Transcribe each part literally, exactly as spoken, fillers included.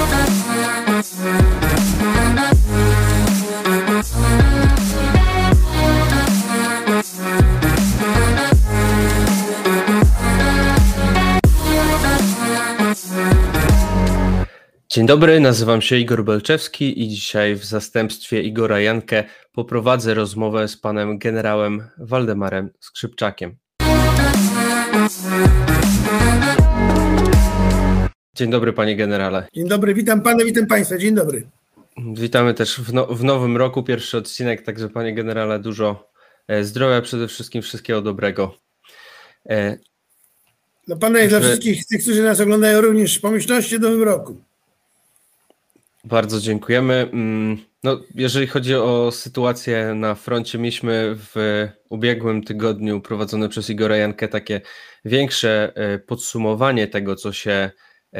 Dzień dobry, nazywam się Igor Belczewski i dzisiaj w zastępstwie Igora Jankę poprowadzę rozmowę z panem generałem Waldemarem Skrzypczakiem. Dzień dobry, panie generale. Dzień dobry, witam pana, witam państwa, dzień dobry. Witamy też w, no, w nowym roku, pierwszy odcinek, także panie generale dużo zdrowia, przede wszystkim wszystkiego dobrego. Dla pana i dla wszystkich tych, którzy nas oglądają, również pomyślności w nowym roku. Bardzo dziękujemy. No, jeżeli chodzi o sytuację na froncie, mieliśmy w ubiegłym tygodniu prowadzone przez Igora Jankę takie większe podsumowanie tego, co się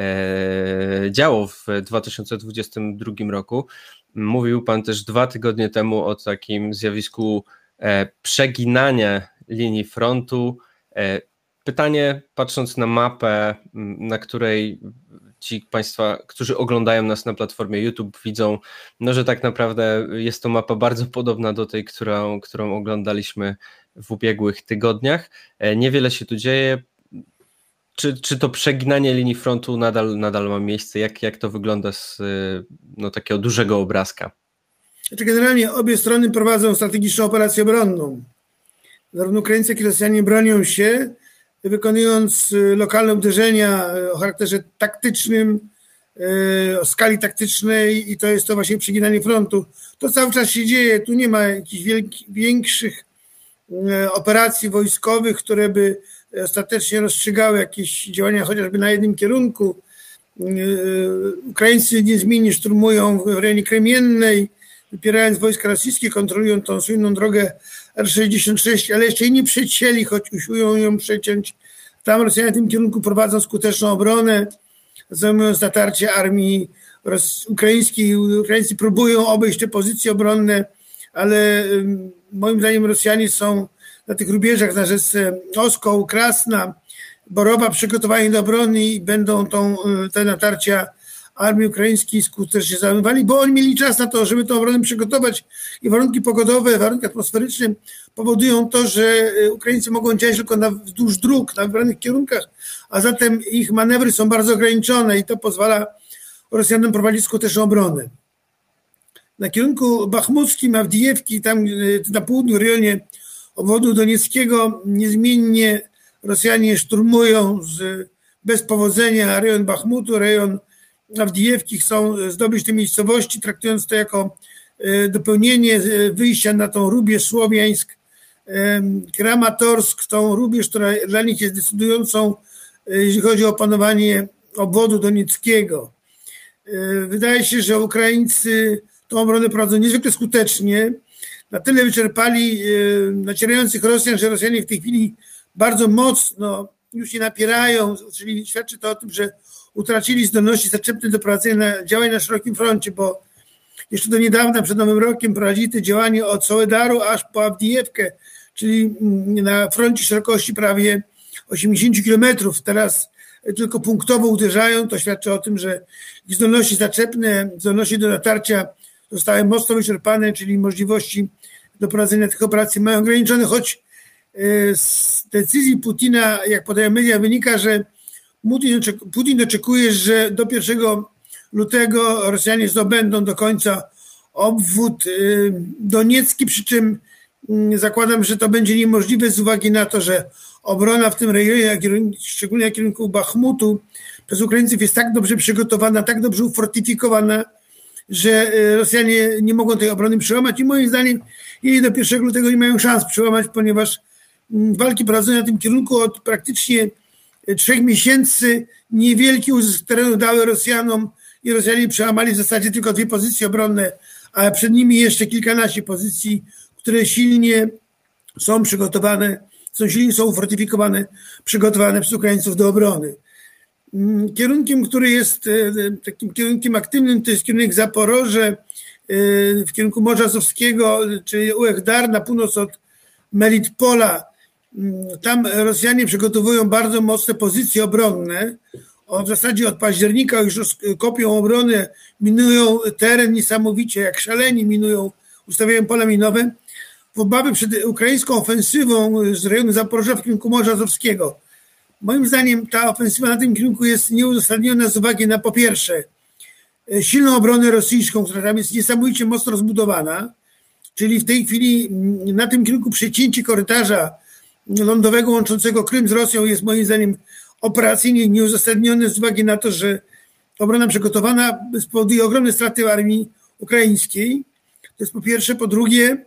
działo w dwa tysiące dwudziestym drugim roku. Mówił pan też dwa tygodnie temu o takim zjawisku przeginania linii frontu. Pytanie, patrząc na mapę, na której ci państwa, którzy oglądają nas na platformie YouTube, widzą, no, że tak naprawdę jest to mapa bardzo podobna do tej, którą, którą oglądaliśmy w ubiegłych tygodniach. Niewiele się tu dzieje. Czy, czy to przeginanie linii frontu nadal, nadal ma miejsce? Jak, jak to wygląda z no, takiego dużego obrazka? Znaczy generalnie obie strony prowadzą strategiczną operację obronną. Zarówno Ukraińcy, jak i Rosjanie bronią się, wykonując lokalne uderzenia o charakterze taktycznym, o skali taktycznej, i to jest to właśnie przeginanie frontu. To cały czas się dzieje, tu nie ma jakichś wielkich, większych operacji wojskowych, które by ostatecznie rozstrzygały jakieś działania chociażby na jednym kierunku. Ukraińcy niezmiennie szturmują w rejonie Kremiennej, wypierając wojska rosyjskie, kontrolują tą słynną drogę R sześćdziesiąt sześć, ale jeszcze nie przecięli, choć usiłują ją przeciąć. Tam Rosjanie w tym kierunku prowadzą skuteczną obronę, zajmując natarcie armii ukraińskiej. Ukraińcy próbują obejść te pozycje obronne, ale moim zdaniem Rosjanie są na tych rubieżach na rzece Oskoł, Krasna, Borowa przygotowani do obrony i będą tą, te natarcia armii ukraińskiej skutecznie zajmowali, bo oni mieli czas na to, żeby tę obronę przygotować, i warunki pogodowe, warunki atmosferyczne powodują to, że Ukraińcy mogą działać tylko na, wzdłuż dróg, na wybranych kierunkach, a zatem ich manewry są bardzo ograniczone i to pozwala Rosjanom prowadzić skuteczną obronę. Na kierunku bachmuckim, Awdijewki, tam na południu, w rejonie obwodu donieckiego, niezmiennie Rosjanie szturmują z, bez powodzenia rejon Bachmutu, rejon Awdijewki, chcą zdobyć te miejscowości, traktując to jako dopełnienie wyjścia na tą rubież Słowiańsk, Kramatorsk, tą rubież, która dla nich jest decydującą, jeśli chodzi o opanowanie obwodu donieckiego. Wydaje się, że Ukraińcy tą obronę prowadzą niezwykle skutecznie. Na tyle wyczerpali nacierających Rosjan, że Rosjanie w tej chwili bardzo mocno już się napierają, czyli świadczy to o tym, że utracili zdolności zaczepne do prowadzenia działań na szerokim froncie, bo jeszcze do niedawna, przed Nowym Rokiem, prowadzili te działania od Soledaru aż po Awdijewkę, czyli na froncie szerokości prawie osiemdziesiąt kilometrów. Teraz tylko punktowo uderzają. To świadczy o tym, że ich zdolności zaczepne, zdolności do natarcia zostały mocno wyczerpane, czyli możliwości do prowadzenia tych operacji mają ograniczone, choć z decyzji Putina, jak podają media, wynika, że Putin oczekuje, że do pierwszego lutego Rosjanie zdobędą do końca obwód doniecki, przy czym zakładam, że to będzie niemożliwe z uwagi na to, że obrona w tym rejonie, szczególnie na kierunku Bachmutu, przez Ukraińców jest tak dobrze przygotowana, tak dobrze ufortyfikowana, że Rosjanie nie mogą tej obrony przełamać i moim zdaniem jej do pierwszego lutego nie mają szans przełamać, ponieważ walki prowadzone na tym kierunku od praktycznie trzech miesięcy niewielki uzysk terenu dały Rosjanom i Rosjanie przełamali w zasadzie tylko dwie pozycje obronne, a przed nimi jeszcze kilkanaście pozycji, które silnie są przygotowane, są silnie są ufortyfikowane, przygotowane przez Ukraińców do obrony. Kierunkiem, który jest takim kierunkiem aktywnym, to jest kierunek Zaporoże, w kierunku Morza Azowskiego, czyli Uehdar na północ od Melitpola. Tam Rosjanie przygotowują bardzo mocne pozycje obronne od, w zasadzie od października już kopią obronę, minują teren niesamowicie, jak szaleni minują, ustawiają pola minowe, w obawy przed ukraińską ofensywą z rejonu Zaporoża w kierunku Morza Azowskiego. Moim zdaniem ta ofensywa na tym kierunku jest nieuzasadniona z uwagi na po pierwsze silną obronę rosyjską, która tam jest niesamowicie mocno rozbudowana, czyli w tej chwili na tym kierunku przecięcie korytarza lądowego łączącego Krym z Rosją jest moim zdaniem operacyjnie nieuzasadnione z uwagi na to, że obrona przygotowana spowoduje ogromne straty w armii ukraińskiej. To jest po pierwsze. Po drugie,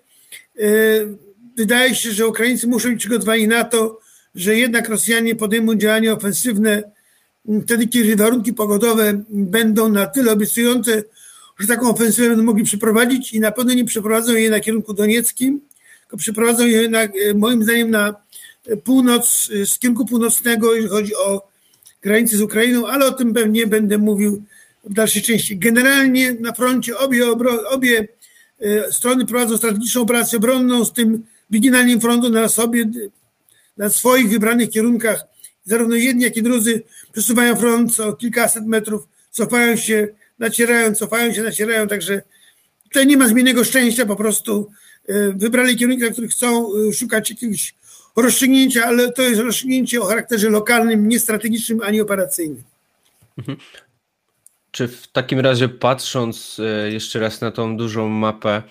wydaje się, że Ukraińcy muszą być przygotowani na to, że jednak Rosjanie podejmą działania ofensywne wtedy, kiedy warunki pogodowe będą na tyle obiecujące, że taką ofensywę będą mogli przeprowadzić i na pewno nie przeprowadzą jej na kierunku donieckim, tylko przeprowadzą je na, moim zdaniem na północ, z kierunku północnego, jeżeli chodzi o granicę z Ukrainą, ale o tym pewnie będę mówił w dalszej części. Generalnie na froncie obie, obie strony prowadzą strategiczną operację obronną z tym wyginaniem frontu na sobie, na swoich wybranych kierunkach. Zarówno jedni, jak i drudzy przesuwają front o kilkaset metrów, cofają się, nacierają, cofają się, nacierają, także tutaj nie ma zmiennego szczęścia, po prostu wybrali kierunki, na których chcą szukać jakiegoś rozstrzygnięcia, ale to jest rozstrzygnięcie o charakterze lokalnym, nie strategicznym ani operacyjnym. Mhm. Czy w takim razie, patrząc jeszcze raz na tą dużą mapę,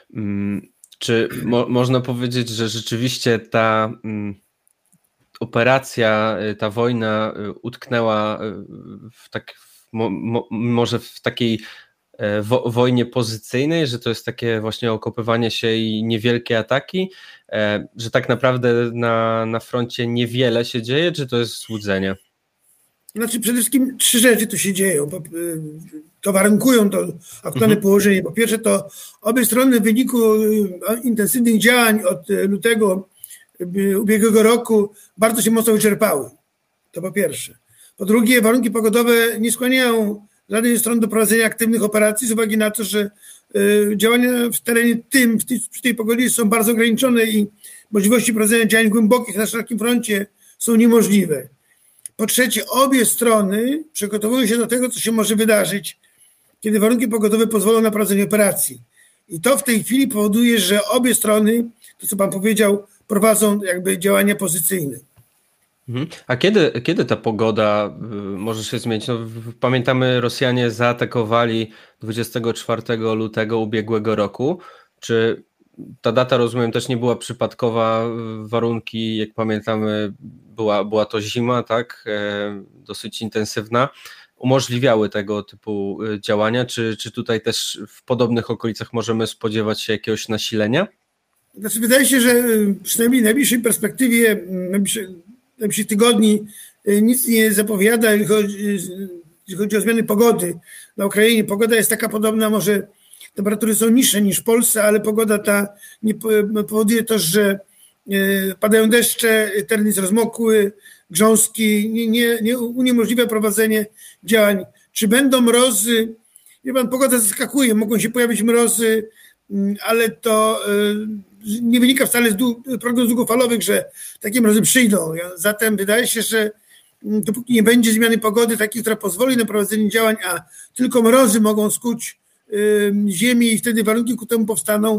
czy mo- można powiedzieć, że rzeczywiście ta operacja, ta wojna utknęła w tak, mo- mo- może w takiej wo- wojnie pozycyjnej, że to jest takie właśnie okopywanie się i niewielkie ataki, że tak naprawdę na, na froncie niewiele się dzieje, czy to jest złudzenie? Znaczy przede wszystkim trzy rzeczy tu się dzieją, to warunkują to aktualne mhm. położenie. Po pierwsze, to obie strony w wyniku intensywnych działań od lutego ubiegłego roku bardzo się mocno wyczerpały. To po pierwsze. Po drugie, warunki pogodowe nie skłaniają żadnej strony do prowadzenia aktywnych operacji z uwagi na to, że działania w terenie tym, w tej, przy tej pogodzie są bardzo ograniczone i możliwości prowadzenia działań głębokich na szerokim froncie są niemożliwe. Po trzecie, obie strony przygotowują się do tego, co się może wydarzyć, kiedy warunki pogodowe pozwolą na prowadzenie operacji. I to w tej chwili powoduje, że obie strony, to co pan powiedział, prowadzą jakby działania pozycyjne. A kiedy, kiedy ta pogoda może się zmienić? No, pamiętamy, Rosjanie zaatakowali dwudziestego czwartego lutego ubiegłego roku. Czy ta data, rozumiem, też nie była przypadkowa? Warunki, jak pamiętamy, była, była to zima, tak? E, dosyć intensywna. Umożliwiały tego typu działania. Czy, czy tutaj też w podobnych okolicach możemy spodziewać się jakiegoś nasilenia? Znaczy, wydaje się, że przynajmniej w najbliższej perspektywie, najbliższych tygodni nic nie zapowiada, jeżeli chodzi, jeżeli chodzi o zmiany pogody na Ukrainie. Pogoda jest taka podobna, może temperatury są niższe niż w Polsce, ale pogoda ta nie powoduje to, że padają deszcze, teren jest rozmokły, grząski, nie, nie, nie uniemożliwia prowadzenie działań. Czy będą mrozy? Wie pan, pogoda zaskakuje, mogą się pojawić mrozy, ale to nie wynika wcale z prognoz długofalowych, że takie mrozy przyjdą. Zatem wydaje się, że dopóki nie będzie zmiany pogody takiej, która pozwoli na prowadzenie działań, a tylko mrozy mogą skuć ziemi i wtedy warunki ku temu powstaną.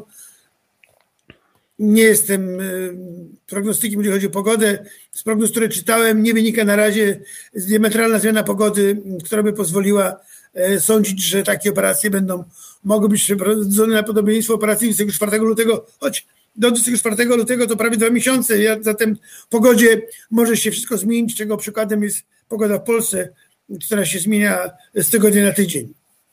Nie jestem prognostykiem, jeżeli chodzi o pogodę. Z prognoz, które czytałem, nie wynika na razie diametralna zmiana pogody, która by pozwoliła sądzić, że takie operacje będą mogły być przeprowadzone na podobieństwo operacji dwudziestego czwartego lutego, choć do dwudziestego czwartego lutego to prawie dwa miesiące. Ja, zatem w pogodzie może się wszystko zmienić, czego przykładem jest pogoda w Polsce, która się zmienia z tygodnia na tydzień.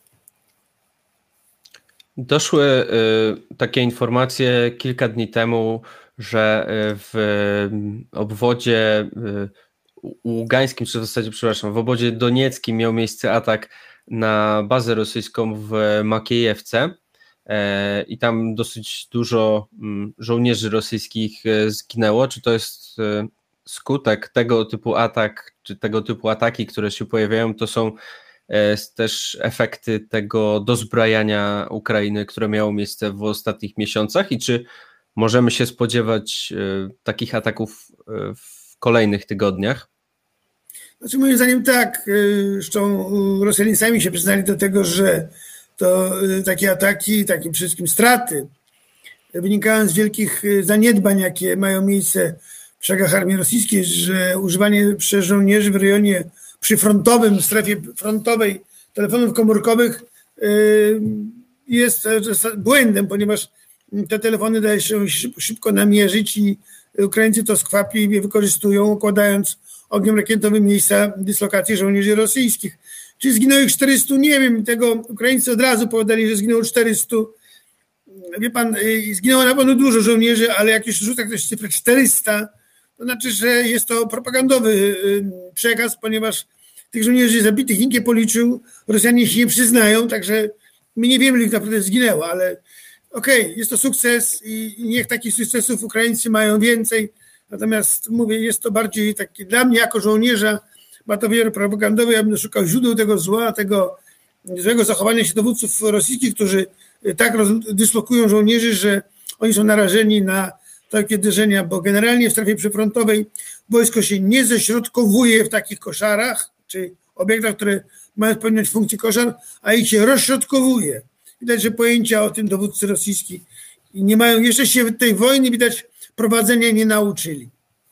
Doszły y, takie informacje kilka dni temu, że w obwodzie y, ługańskim, czy w zasadzie, przepraszam, w obwodzie donieckim miał miejsce atak na bazę rosyjską w Makiejewce y, i tam dosyć dużo y, żołnierzy rosyjskich y, zginęło. Czy to jest y, skutek tego typu atak, czy tego typu ataki, które się pojawiają, to są też efekty tego dozbrajania Ukrainy, które miało miejsce w ostatnich miesiącach, i czy możemy się spodziewać takich ataków w kolejnych tygodniach? Znaczy moim zdaniem tak, zresztą Rosjanie sami się przyznali do tego, że to takie ataki, takie przede wszystkim straty wynikają z wielkich zaniedbań, jakie mają miejsce w szeregach armii rosyjskiej, że używanie przez żołnierzy w rejonie przyfrontowym, w strefie frontowej telefonów komórkowych jest błędem, ponieważ te telefony daje się szybko namierzyć i Ukraińcy to skwapliwie wykorzystują, układając ogniem rakietowym miejsca dyslokacji żołnierzy rosyjskich. Czy zginęło ich czterystu? Nie wiem. Tego Ukraińcy od razu powiedzieli, że zginęło czterystu. Wie pan, zginęło na pewno dużo żołnierzy, ale jak już rzuca ktoś cyfrę czterysta, to znaczy, że jest to propagandowy przekaz, ponieważ tych żołnierzy zabitych nikt nie policzył, Rosjanie się nie przyznają, także my nie wiemy, ile ich naprawdę zginęło, ale okej, okay, jest to sukces i niech takich sukcesów Ukraińcy mają więcej. Natomiast mówię, jest to bardziej taki dla mnie jako żołnierza batowieru propagandowy, ja bym szukał źródeł tego zła, tego złego zachowania się dowódców rosyjskich, którzy tak dyslokują żołnierzy, że oni są narażeni na takie uderzenia, bo generalnie w strefie przyfrontowej wojsko się nie ześrodkowuje w takich koszarach, czy obiektach, które mają spełniać funkcję koszar, a ich się rozśrodkowuje. Widać, że pojęcia o tym dowódcy rosyjski nie mają, jeszcze się tej wojny widać prowadzenia nie nauczyli.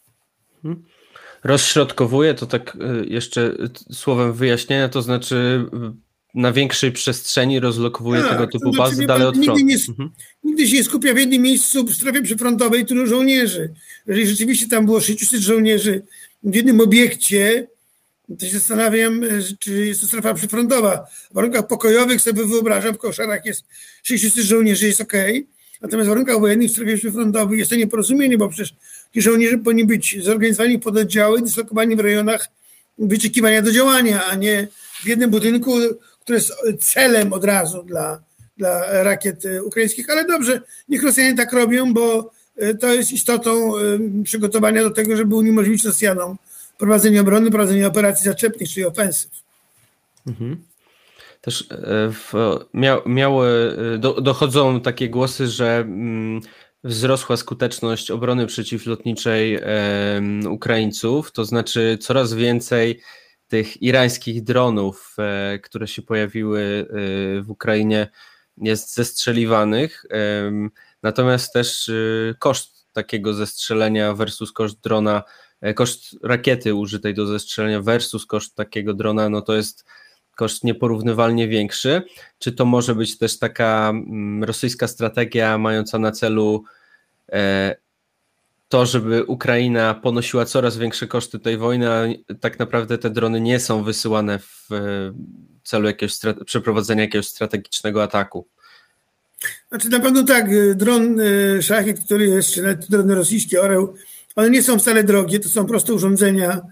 Rozśrodkowuje, to tak jeszcze słowem wyjaśnienia, to znaczy na większej przestrzeni rozlokowuje tak, tego typu to znaczy, bazy dalej od frontu. Nigdy, mhm. nigdy się nie skupia w jednym miejscu w strefie przyfrontowej tylu żołnierzy. Jeżeli rzeczywiście tam było sześciuset żołnierzy w jednym obiekcie, to się zastanawiam, czy jest to strefa przyfrontowa. W warunkach pokojowych sobie wyobrażam, w koszarach jest sześciuset żołnierzy, jest okej. Okay. Natomiast w warunkach wojennych w strefie przyfrontowej jest to nieporozumienie, bo przecież ci żołnierze powinni być zorganizowani w pododdziały, dyslokowani w rejonach wyczekiwania do działania, a nie w jednym budynku, który jest celem od razu dla, dla rakiet ukraińskich. Ale dobrze, niech Rosjanie tak robią, bo to jest istotą przygotowania do tego, żeby uniemożliwić Rosjanom prowadzenie obrony, prowadzenie operacji zaczepnych, czyli ofensyw. Mhm. Też w, mia, miały, do, dochodzą takie głosy, że wzrosła skuteczność obrony przeciwlotniczej e, Ukraińców, to znaczy coraz więcej tych irańskich dronów, e, które się pojawiły e, w Ukrainie, jest zestrzeliwanych, e, natomiast też e, koszt takiego zestrzelenia versus koszt drona, e, koszt rakiety użytej do zestrzelenia versus koszt takiego drona, no to jest koszt nieporównywalnie większy. Czy to może być też taka rosyjska strategia mająca na celu e, to, żeby Ukraina ponosiła coraz większe koszty tej wojny, a tak naprawdę te drony nie są wysyłane w celu jakiegoś strate- przeprowadzenia jakiegoś strategicznego ataku? Znaczy na pewno tak, dron Szachid, który jest, czy nawet drony rosyjskie, Oreł, one nie są wcale drogie, to są proste urządzenia,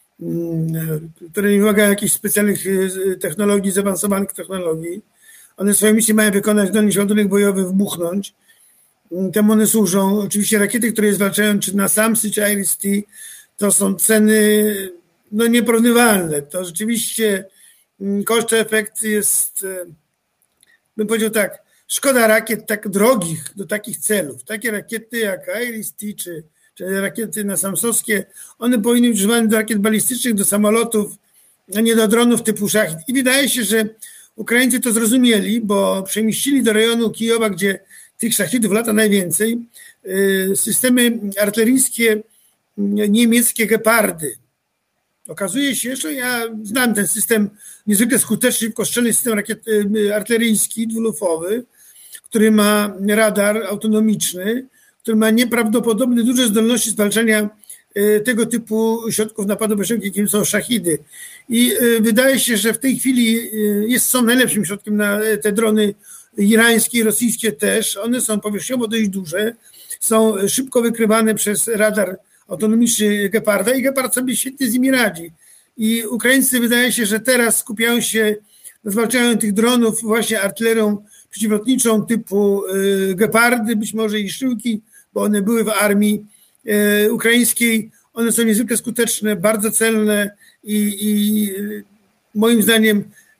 które nie wymagają jakichś specjalnych technologii, zaawansowanych technologii. One swoją misję mają wykonać, dolny ładunek bojowy wbuchnąć. Temu one służą. Oczywiście rakiety, które zwalczają czy na Samsy, czy Iris-T, to są ceny no, nieporównywalne. To rzeczywiście koszt-efekt jest, bym powiedział tak, szkoda rakiet tak drogich do takich celów. Takie rakiety jak Iris-T czy czy rakiety nasamsowskie, one powinny być używane do rakiet balistycznych, do samolotów, a nie do dronów typu Szachid. I wydaje się, że Ukraińcy to zrozumieli, bo przemieścili do rejonu Kijowa, gdzie tych Szachidów lata najwięcej, systemy artyleryjskie niemieckie Gepardy. Okazuje się, że ja znam ten system niezwykle skuteczny, szybkostrzelny system rakiet, artyleryjski, dwulufowy, który ma radar autonomiczny, który ma nieprawdopodobnie duże zdolności zwalczania tego typu środków napadu bezpośredniego, jakim są Szahidy. I wydaje się, że w tej chwili jest, są najlepszym środkiem na te drony irańskie i rosyjskie też. One są powierzchniowo dość duże, są szybko wykrywane przez radar autonomiczny Geparda i Gepard sobie świetnie z nimi radzi. I Ukraińcy wydaje się, że teraz skupiają się na zwalczaniu tych dronów właśnie artylerią przeciwlotniczą typu Gepardy, być może i Szyłki, bo one były w armii e, ukraińskiej. One są niezwykle skuteczne, bardzo celne i, i moim zdaniem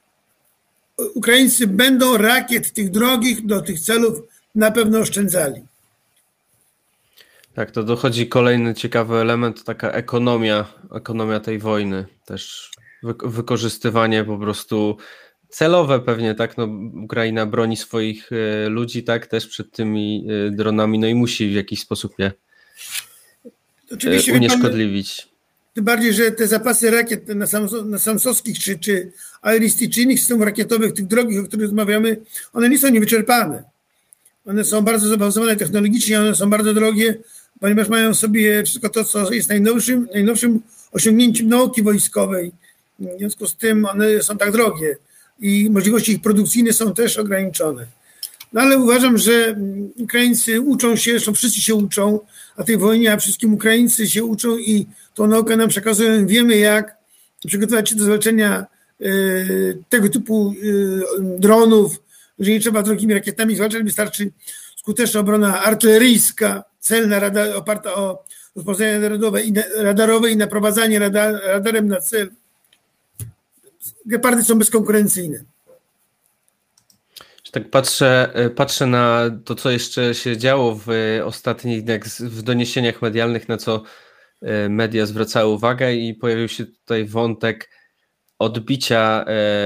Ukraińcy będą rakiet tych drogich do tych celów na pewno oszczędzali. Tak, to dochodzi kolejny ciekawy element, taka ekonomia, ekonomia tej wojny, też wy, wykorzystywanie po prostu celowe pewnie, tak, no Ukraina broni swoich y, ludzi, tak, też przed tymi y, dronami, no i musi w jakiś sposób je Oczywiście, y, unieszkodliwić. Tym bardziej, że te zapasy rakiet na, sam, na samsowskich czy, czy Iris-T czy innych systemów rakietowych, tych drogich, o których rozmawiamy, one nie są niewyczerpane. One są bardzo zaawansowane technologicznie, one są bardzo drogie, ponieważ mają w sobie wszystko to, co jest najnowszym, najnowszym osiągnięciem nauki wojskowej. W związku z tym one są tak drogie i możliwości ich produkcyjne są też ograniczone. No ale uważam, że Ukraińcy uczą się, zresztą wszyscy się uczą, a tej wojnie, a wszystkim Ukraińcy się uczą i tą naukę nam przekazują. Wiemy, jak przygotować się do zwalczenia y, tego typu y, dronów, że nie trzeba drogimi rakietami zwalczać, wystarczy skuteczna obrona artyleryjska, celna, radar, oparta o rozpoznanie radarowe i, radarowe i naprowadzanie radar, radarem na cel. Gepardy są bezkonkurencyjne. Tak patrzę, patrzę na to, co jeszcze się działo w ostatnich dniach, w doniesieniach medialnych, na co media zwracały uwagę i pojawił się tutaj wątek odbicia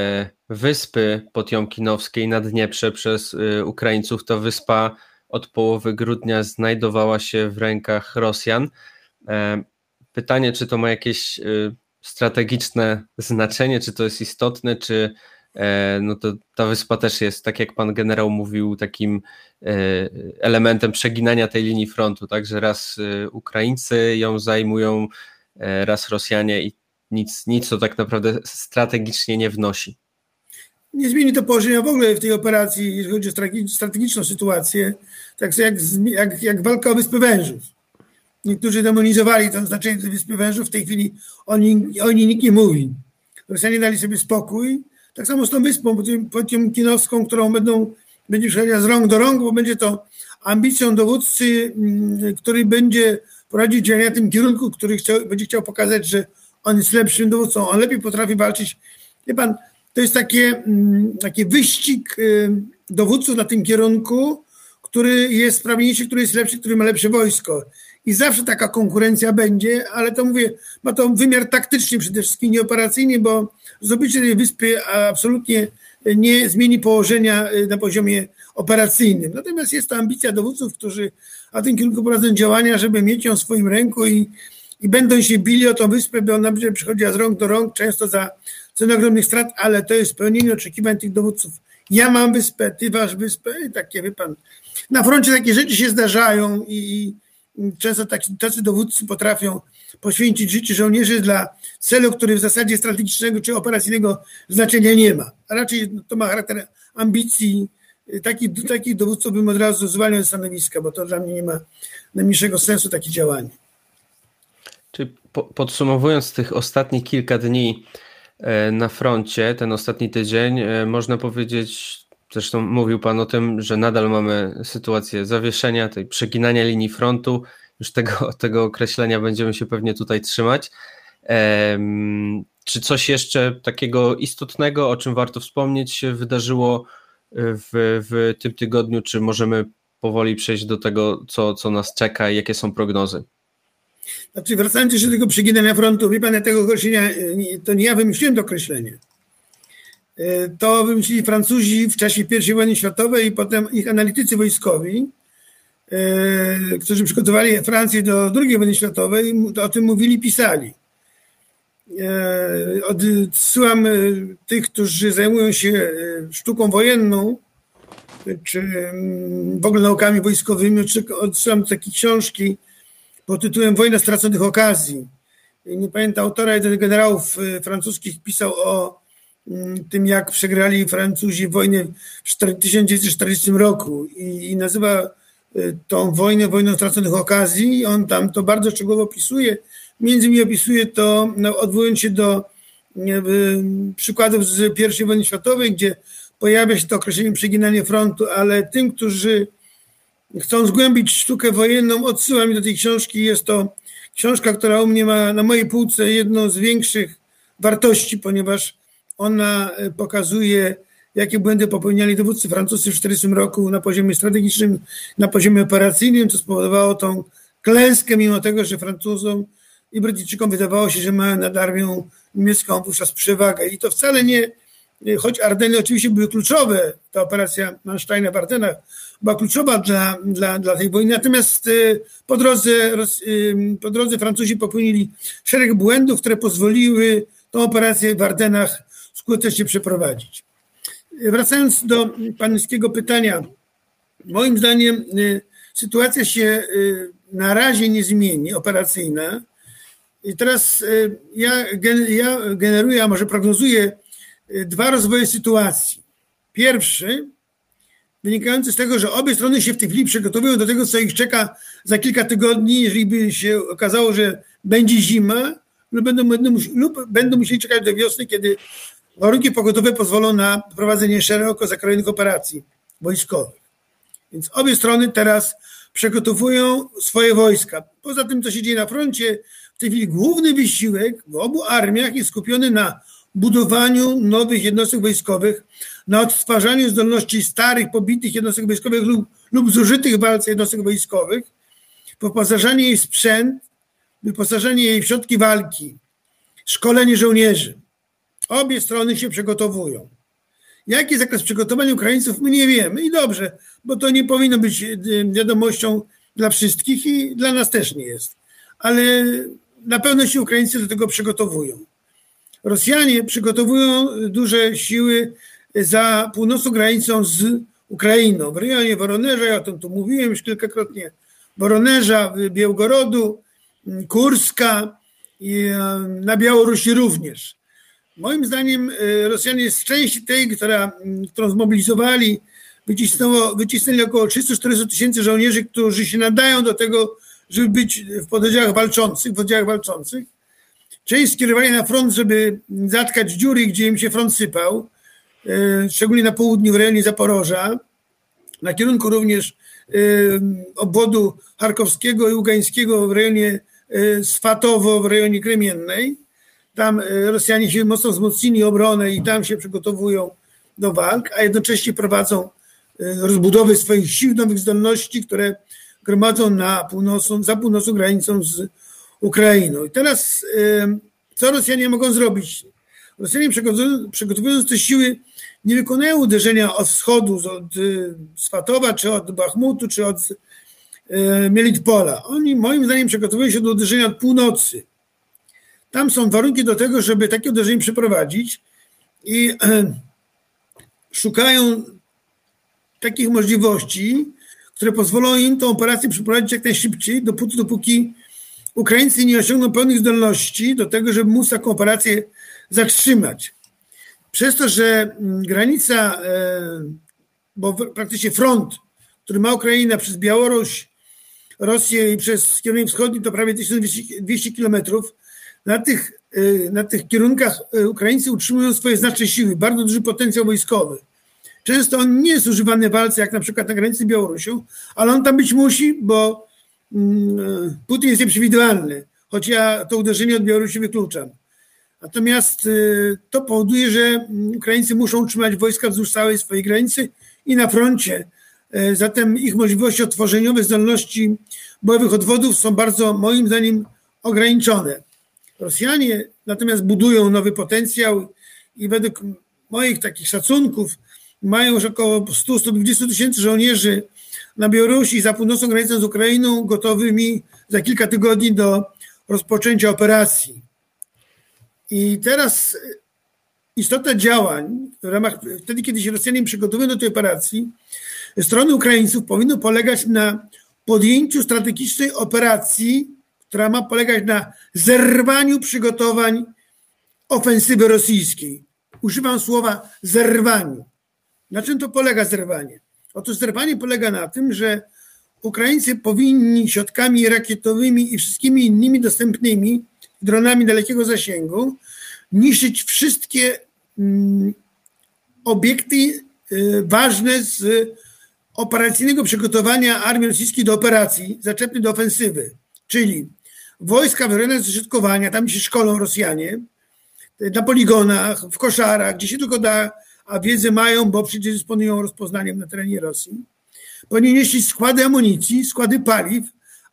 wyspy Potiomkinowskiej na Dnieprze przez Ukraińców. Ta wyspa od połowy grudnia znajdowała się w rękach Rosjan. Pytanie, czy to ma jakieś strategiczne znaczenie, czy to jest istotne, czy no to ta wyspa też jest, tak jak pan generał mówił, takim elementem przeginania tej linii frontu, tak, że raz Ukraińcy ją zajmują, raz Rosjanie i nic, nic to tak naprawdę strategicznie nie wnosi. Nie zmieni to położenia w ogóle w tej operacji, jeżeli chodzi o strategiczną sytuację, tak jak, jak, jak walka o Wyspę Wężów. Niektórzy demonizowali to znaczenie tej Wyspy Wężów, w tej chwili oni, oni nikt nie mówi. Rosjanie dali sobie spokój. Tak samo z tą wyspą Potiomkinowską, którą będą, będzie przechodziła z rąk do rąk, bo będzie to ambicją dowódcy, który będzie prowadzić działania w tym kierunku, który chciał, będzie chciał pokazać, że on jest lepszym dowódcą, on lepiej potrafi walczyć. Wie pan, to jest takie, taki wyścig dowódców na tym kierunku, który jest sprawniejszy, który jest lepszy, który ma lepsze wojsko. I zawsze taka konkurencja będzie, ale to mówię, ma to wymiar taktyczny przede wszystkim, nie operacyjny, bo zdobycie tej wyspy absolutnie nie zmieni położenia na poziomie operacyjnym. Natomiast jest to ambicja dowódców, którzy na tym kierunku prowadzą działania, żeby mieć ją w swoim ręku i, i będą się bili o tą wyspę, bo ona będzie przychodziła z rąk do rąk, często za cenę ogromnych strat, ale to jest spełnienie oczekiwań tych dowódców. Ja mam wyspę, ty masz wyspę i takie, wie pan, na froncie takie rzeczy się zdarzają i często tacy, tacy dowódcy potrafią poświęcić życie żołnierzy dla celu, który w zasadzie strategicznego czy operacyjnego znaczenia nie ma. A raczej to ma charakter ambicji. Takich, takich dowódców bym od razu zwalniał ze stanowiska, bo to dla mnie nie ma najmniejszego sensu takie działanie. Czyli po, podsumowując tych ostatnich kilka dni na froncie, ten ostatni tydzień, można powiedzieć, zresztą mówił pan o tym, że nadal mamy sytuację zawieszenia, tej przeginania linii frontu. Już tego, tego określenia będziemy się pewnie tutaj trzymać. Um, czy coś jeszcze takiego istotnego, o czym warto wspomnieć, się wydarzyło w, w tym tygodniu? Czy możemy powoli przejść do tego, co, co nas czeka i jakie są prognozy? Znaczy, wracając jeszcze do tego przeginania frontu, wie pan, ja tego określenia, to nie ja wymyśliłem to określenie. To wymyślili Francuzi w czasie pierwszej wojny światowej i potem ich analitycy wojskowi, którzy przygotowali Francję do drugiej wojny światowej, o tym mówili, pisali. Odsyłam tych, którzy zajmują się sztuką wojenną, czy w ogóle naukami wojskowymi, odsyłam takie książki pod tytułem Wojna straconych okazji. Nie pamiętam autora, jeden z generałów francuskich pisał o tym, jak przegrali Francuzi wojnę w tysiąc dziewięćset czterdziestym roku i, i nazywa tą wojnę wojną straconych okazji. On tam to bardzo szczegółowo opisuje. Między innymi opisuje to, no, odwołując się do nie, przykładów z pierwszej wojny światowej, gdzie pojawia się to określenie przeginanie frontu, ale tym, którzy chcą zgłębić sztukę wojenną, odsyłam do tej książki. Jest to książka, która u mnie ma na mojej półce jedną z większych wartości, ponieważ ona pokazuje, jakie błędy popełniali dowódcy francuscy w tysiąc dziewięćset czterdziestym roku na poziomie strategicznym, na poziomie operacyjnym, co spowodowało tą klęskę, mimo tego, że Francuzom i Brytyjczykom wydawało się, że mają nad armią niemiecką wówczas przewagę. I to wcale nie, choć Ardeny oczywiście były kluczowe, ta operacja Mansteina w Ardenach była kluczowa dla, dla, dla tej wojny, natomiast po drodze, po drodze Francuzi popełnili szereg błędów, które pozwoliły tę operację w Ardenach skutecznie przeprowadzić. Wracając do pańskiego pytania, moim zdaniem sytuacja się na razie nie zmieni, operacyjna. I teraz ja, ja generuję, a może prognozuję dwa rozwoje sytuacji. Pierwszy, wynikający z tego, że obie strony się w tej chwili przygotowują do tego, co ich czeka za kilka tygodni, jeżeli by się okazało, że będzie zima, lub będą, będą, lub będą musieli czekać do wiosny, kiedy warunki pogodowe pozwolą na prowadzenie szeroko zakrojonych operacji wojskowych. Więc obie strony teraz przygotowują swoje wojska. Poza tym, co się dzieje na froncie, w tej chwili główny wysiłek w obu armiach jest skupiony na budowaniu nowych jednostek wojskowych, na odtwarzaniu zdolności starych, pobitych jednostek wojskowych lub, lub zużytych w walce jednostek wojskowych, wyposażanie jej w sprzęt, wyposażenie jej w środki walki, szkolenie żołnierzy. Obie strony się przygotowują. Jaki jest zakres przygotowania Ukraińców, my nie wiemy i dobrze, bo to nie powinno być wiadomością dla wszystkich i dla nas też nie jest. Ale na pewno się Ukraińcy do tego przygotowują. Rosjanie przygotowują duże siły za północną granicą z Ukrainą. W rejonie Woronerza, ja o tym tu mówiłem już kilkakrotnie, Woronerza, Białgorodu, Kurska i na Białorusi również. Moim zdaniem Rosjanie z części tej, która, którą zmobilizowali, wycisnęło, wycisnęli około trzysta czterysta tysięcy żołnierzy, którzy się nadają do tego, żeby być w pododdziałach walczących, w oddziałach walczących. Część skierowali na front, żeby zatkać dziury, gdzie im się front sypał, szczególnie na południu, w rejonie Zaporoża, na kierunku również obwodu charkowskiego i ługańskiego w rejonie Swatowo, w rejonie Kremiennej. Tam Rosjanie się mocno wzmocnili obronę i tam się przygotowują do walk, a jednocześnie prowadzą rozbudowę swoich sił, nowych zdolności, które gromadzą na północną, za północną granicą z Ukrainą. I teraz co Rosjanie mogą zrobić? Rosjanie przygotowując te siły nie wykonają uderzenia od wschodu, od Swatowa, czy od Bachmutu, czy od Melitpola. Oni moim zdaniem przygotowują się do uderzenia od północy. Tam są warunki do tego, żeby takie uderzenie przeprowadzić i szukają takich możliwości, które pozwolą im tę operację przeprowadzić jak najszybciej, dopóty, dopóki Ukraińcy nie osiągną pełnych zdolności do tego, żeby móc taką operację zatrzymać. Przez to, że granica, bo praktycznie front, który ma Ukraina przez Białoruś, Rosję i przez kierunek wschodni to prawie tysiąc dwieście kilometrów, na tych, na tych kierunkach Ukraińcy utrzymują swoje znaczne siły, bardzo duży potencjał wojskowy. Często on nie jest używany w walce, jak na przykład na granicy z Białorusią, ale on tam być musi, bo Putin jest nieprzewidywalny, choć ja to uderzenie od Białorusi wykluczam. Natomiast to powoduje, że Ukraińcy muszą utrzymać wojska wzdłuż całej swojej granicy i na froncie. Zatem ich możliwości odtworzeniowe, zdolności bojowych odwodów są bardzo, moim zdaniem, ograniczone. Rosjanie natomiast budują nowy potencjał i według moich takich szacunków mają już około sto do stu dwudziestu tysięcy żołnierzy na Białorusi za północną granicą z Ukrainą gotowymi za kilka tygodni do rozpoczęcia operacji. I teraz istota działań w ramach, wtedy kiedy się Rosjanie przygotowują do tej operacji, ze strony Ukraińców powinno polegać na podjęciu strategicznej operacji, która ma polegać na zerwaniu przygotowań ofensywy rosyjskiej. Używam słowa zerwaniu. Na czym to polega zerwanie? Otóż zerwanie polega na tym, że Ukraińcy powinni środkami rakietowymi i wszystkimi innymi dostępnymi dronami dalekiego zasięgu niszczyć wszystkie mm, obiekty y, ważne z operacyjnego przygotowania armii rosyjskiej do operacji, zaczepny do ofensywy, czyli wojska w rejonach zużytkowania, tam się szkolą Rosjanie, na poligonach, w koszarach, gdzie się tylko da, a wiedzę mają, bo przecież dysponują rozpoznaniem na terenie Rosji. Powinni nieść składy amunicji, składy paliw,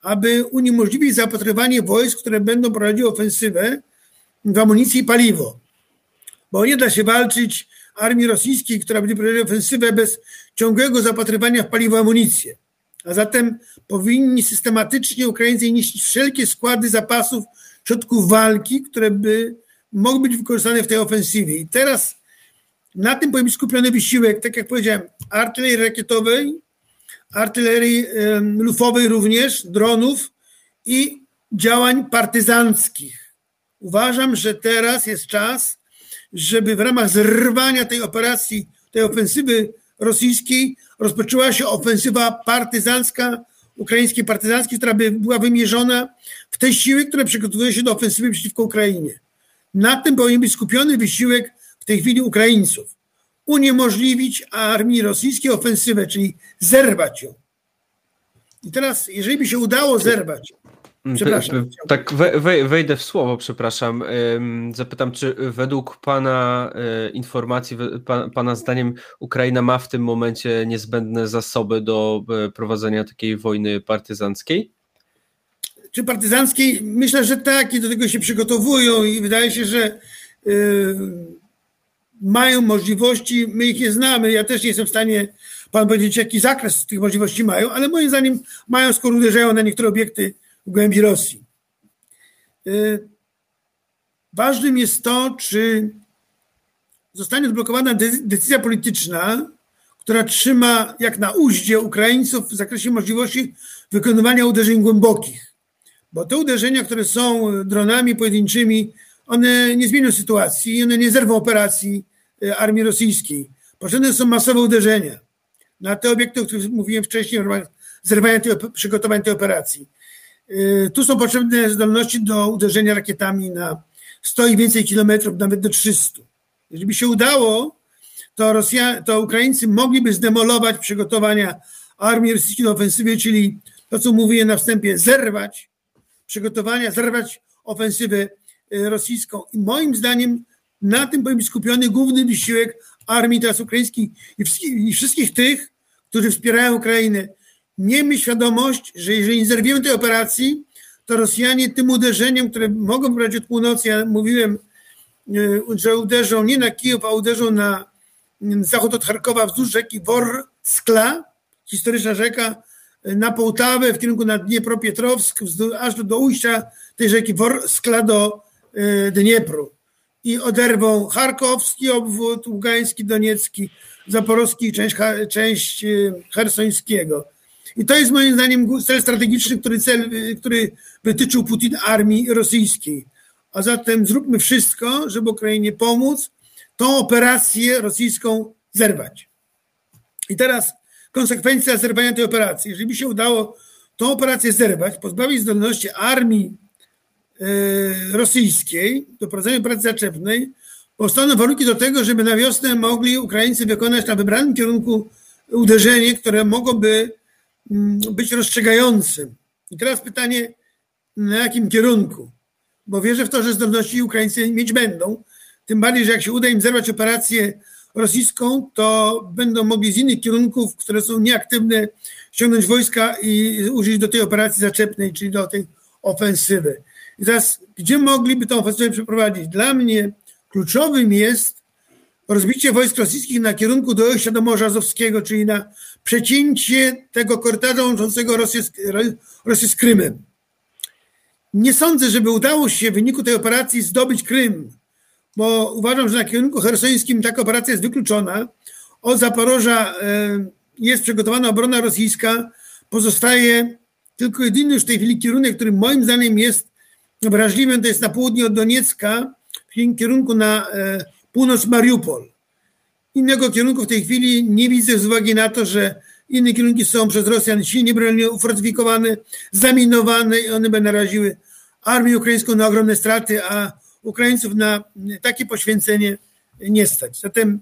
aby uniemożliwić zaopatrywanie wojsk, które będą prowadziły ofensywę w amunicję i paliwo. Bo nie da się walczyć armii rosyjskiej, która będzie prowadziła ofensywę bez ciągłego zaopatrywania w paliwo i amunicję. A zatem powinni systematycznie Ukraińcy niszczyć wszelkie składy zapasów środków walki, które by mogły być wykorzystane w tej ofensywie. I teraz na tym powinien być skupiony wysiłek, tak jak powiedziałem, artylerii rakietowej, artylerii um, lufowej również, dronów i działań partyzanckich. Uważam, że teraz jest czas, żeby w ramach zerwania tej operacji, tej ofensywy rosyjskiej rozpoczęła się ofensywa partyzancka, ukraińskiej partyzanckiej, która by była wymierzona w te siły, które przygotowują się do ofensywy przeciwko Ukrainie. Na tym powinien być skupiony wysiłek w tej chwili Ukraińców. Uniemożliwić armii rosyjskiej ofensywę, czyli zerwać ją. I teraz, jeżeli by się udało zerwać, przepraszam. Tak, wejdę w słowo, przepraszam. Zapytam, czy według Pana informacji, Pana zdaniem Ukraina ma w tym momencie niezbędne zasoby do prowadzenia takiej wojny partyzanckiej? Czy partyzanckiej? Myślę, że tak i do tego się przygotowują i wydaje się, że yy, mają możliwości, my ich nie znamy, ja też nie jestem w stanie Pan powiedzieć, jaki zakres tych możliwości mają, ale moim zdaniem mają, skoro uderzają na niektóre obiekty w głębi Rosji. Yy, ważnym jest to, czy zostanie odblokowana decyzja polityczna, która trzyma jak na uździe Ukraińców w zakresie możliwości wykonywania uderzeń głębokich. Bo te uderzenia, które są dronami pojedynczymi, one nie zmienią sytuacji, one nie zerwą operacji armii rosyjskiej. Potrzebne są masowe uderzenia na te obiekty, o których mówiłem wcześniej, zerwania tej, przygotowań tej operacji. Tu są potrzebne zdolności do uderzenia rakietami na sto i więcej kilometrów, nawet do trzystu. Jeżeli by się udało, to, Rosja, to Ukraińcy mogliby zdemolować przygotowania armii rosyjskiej do ofensywy, czyli to, co mówiłem na wstępie, zerwać przygotowania, zerwać ofensywę rosyjską. I moim zdaniem na tym powinien być skupiony główny wysiłek armii teraz ukraińskiej i wszystkich, i wszystkich tych, którzy wspierają Ukrainę. Miejmy świadomość, że jeżeli nie zerwiemy tej operacji, to Rosjanie tym uderzeniem, które mogą brać od północy, ja mówiłem, że uderzą nie na Kijów, a uderzą na zachód od Charkowa wzdłuż rzeki Worskla, historyczna rzeka, na Połtawę, w kierunku na Dniepropietrowsk, aż do, do ujścia tej rzeki Worskla do y, Dniepru. I oderwą charkowski obwód, ługański, doniecki, zaporowski i część, część y, chersońskiego. I to jest moim zdaniem cel strategiczny, który, cel, y, który wytyczył Putin armii rosyjskiej. A zatem zróbmy wszystko, żeby Ukrainie pomóc tą operację rosyjską zerwać. I teraz konsekwencja zerwania tej operacji. Jeżeli by się udało tą operację zerwać, pozbawić zdolności armii e, rosyjskiej do prowadzenia operacji zaczepnej, powstaną warunki do tego, żeby na wiosnę mogli Ukraińcy wykonać na wybranym kierunku uderzenie, które mogłoby m, być rozstrzygającym. I teraz pytanie, na jakim kierunku? Bo wierzę w to, że zdolności Ukraińcy mieć będą. Tym bardziej, że jak się uda im zerwać operację rosyjską, to będą mogli z innych kierunków, które są nieaktywne, ściągnąć wojska i użyć do tej operacji zaczepnej, czyli do tej ofensywy. I teraz, gdzie mogliby tę ofensywę przeprowadzić? Dla mnie kluczowym jest rozbicie wojsk rosyjskich na kierunku dojścia do Morza Azowskiego, czyli na przecięcie tego korytarza łączącego Rosję z, Rosję z Krymem. Nie sądzę, żeby udało się w wyniku tej operacji zdobyć Krym, bo uważam, że na kierunku chersońskim taka operacja jest wykluczona. Od Zaporoża jest przygotowana obrona rosyjska. Pozostaje tylko jedyny już w tej chwili kierunek, który moim zdaniem jest wrażliwym, to jest na południe od Doniecka, w kierunku na północ Mariupol. Innego kierunku w tej chwili nie widzę z uwagi na to, że inne kierunki są przez Rosjan silnie bronione, ufortyfikowane, zaminowane i one będą naraziły armię ukraińską na ogromne straty, a Ukraińców na takie poświęcenie nie stać. Zatem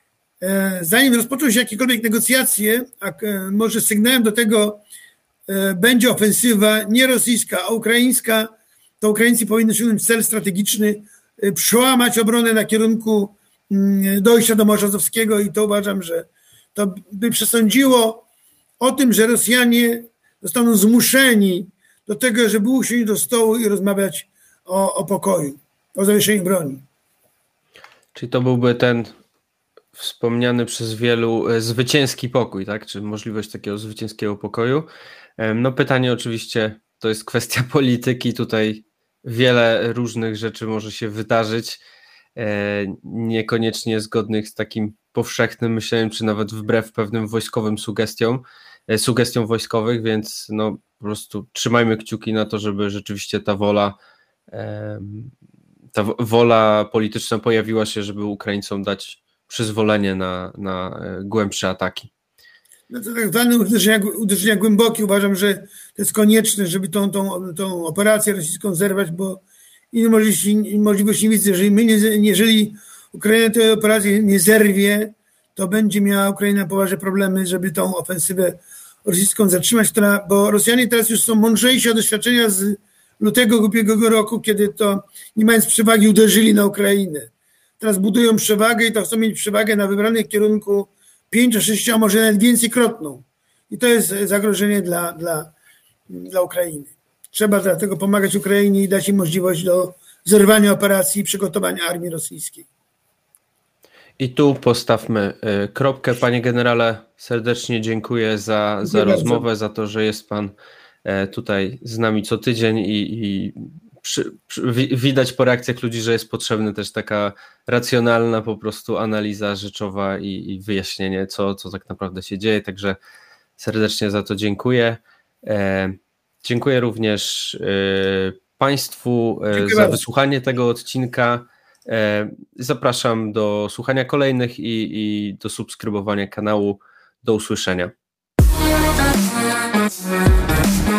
e, zanim rozpoczną się jakiekolwiek negocjacje, a e, może sygnałem do tego e, będzie ofensywa nie rosyjska, a ukraińska, to Ukraińcy powinni osiągnąć cel strategiczny, e, przełamać obronę na kierunku m, dojścia do Morza Azowskiego i to uważam, że to by przesądziło o tym, że Rosjanie zostaną zmuszeni do tego, żeby usiąść do stołu i rozmawiać o, o pokoju, o zawieszeniu broni. Czyli to byłby ten wspomniany przez wielu zwycięski pokój, tak? Czy możliwość takiego zwycięskiego pokoju? No pytanie oczywiście, to jest kwestia polityki, tutaj wiele różnych rzeczy może się wydarzyć, niekoniecznie zgodnych z takim powszechnym myśleniem, czy nawet wbrew pewnym wojskowym sugestiom, sugestiom wojskowych, więc no po prostu trzymajmy kciuki na to, żeby rzeczywiście ta wola ta wola polityczna pojawiła się, żeby Ukraińcom dać przyzwolenie na, na głębsze ataki. No to tak zwane uderzenia, uderzenia głębokie. Uważam, że to jest konieczne, żeby tą, tą, tą operację rosyjską zerwać, bo innej możliwości, możliwości nie widzę. Jeżeli, my nie, jeżeli Ukraina tej operacji nie zerwie, to będzie miała Ukraina poważne problemy, żeby tą ofensywę rosyjską zatrzymać, która, bo Rosjanie teraz już są mądrzejsi od doświadczenia z lutego ubiegłego roku, kiedy to nie mając przewagi uderzyli na Ukrainę. Teraz budują przewagę i to chcą mieć przewagę na wybranym kierunku pięć, sześć, a może nawet więcej krotną. I to jest zagrożenie dla, dla, dla Ukrainy. Trzeba dlatego pomagać Ukrainie i dać im możliwość do zerwania operacji i przygotowania armii rosyjskiej. I tu postawmy kropkę. Panie generale, serdecznie dziękuję za, dziękuję za rozmowę, bardzo. Za to, że jest pan tutaj z nami co tydzień i, i przy, przy, widać po reakcjach ludzi, że jest potrzebna też taka racjonalna po prostu analiza rzeczowa i, i wyjaśnienie, co, co tak naprawdę się dzieje, także serdecznie za to dziękuję. E, dziękuję również e, Państwu e, dziękuję za bardzo. Wysłuchanie tego odcinka. E, zapraszam do słuchania kolejnych i, i do subskrybowania kanału. Do usłyszenia.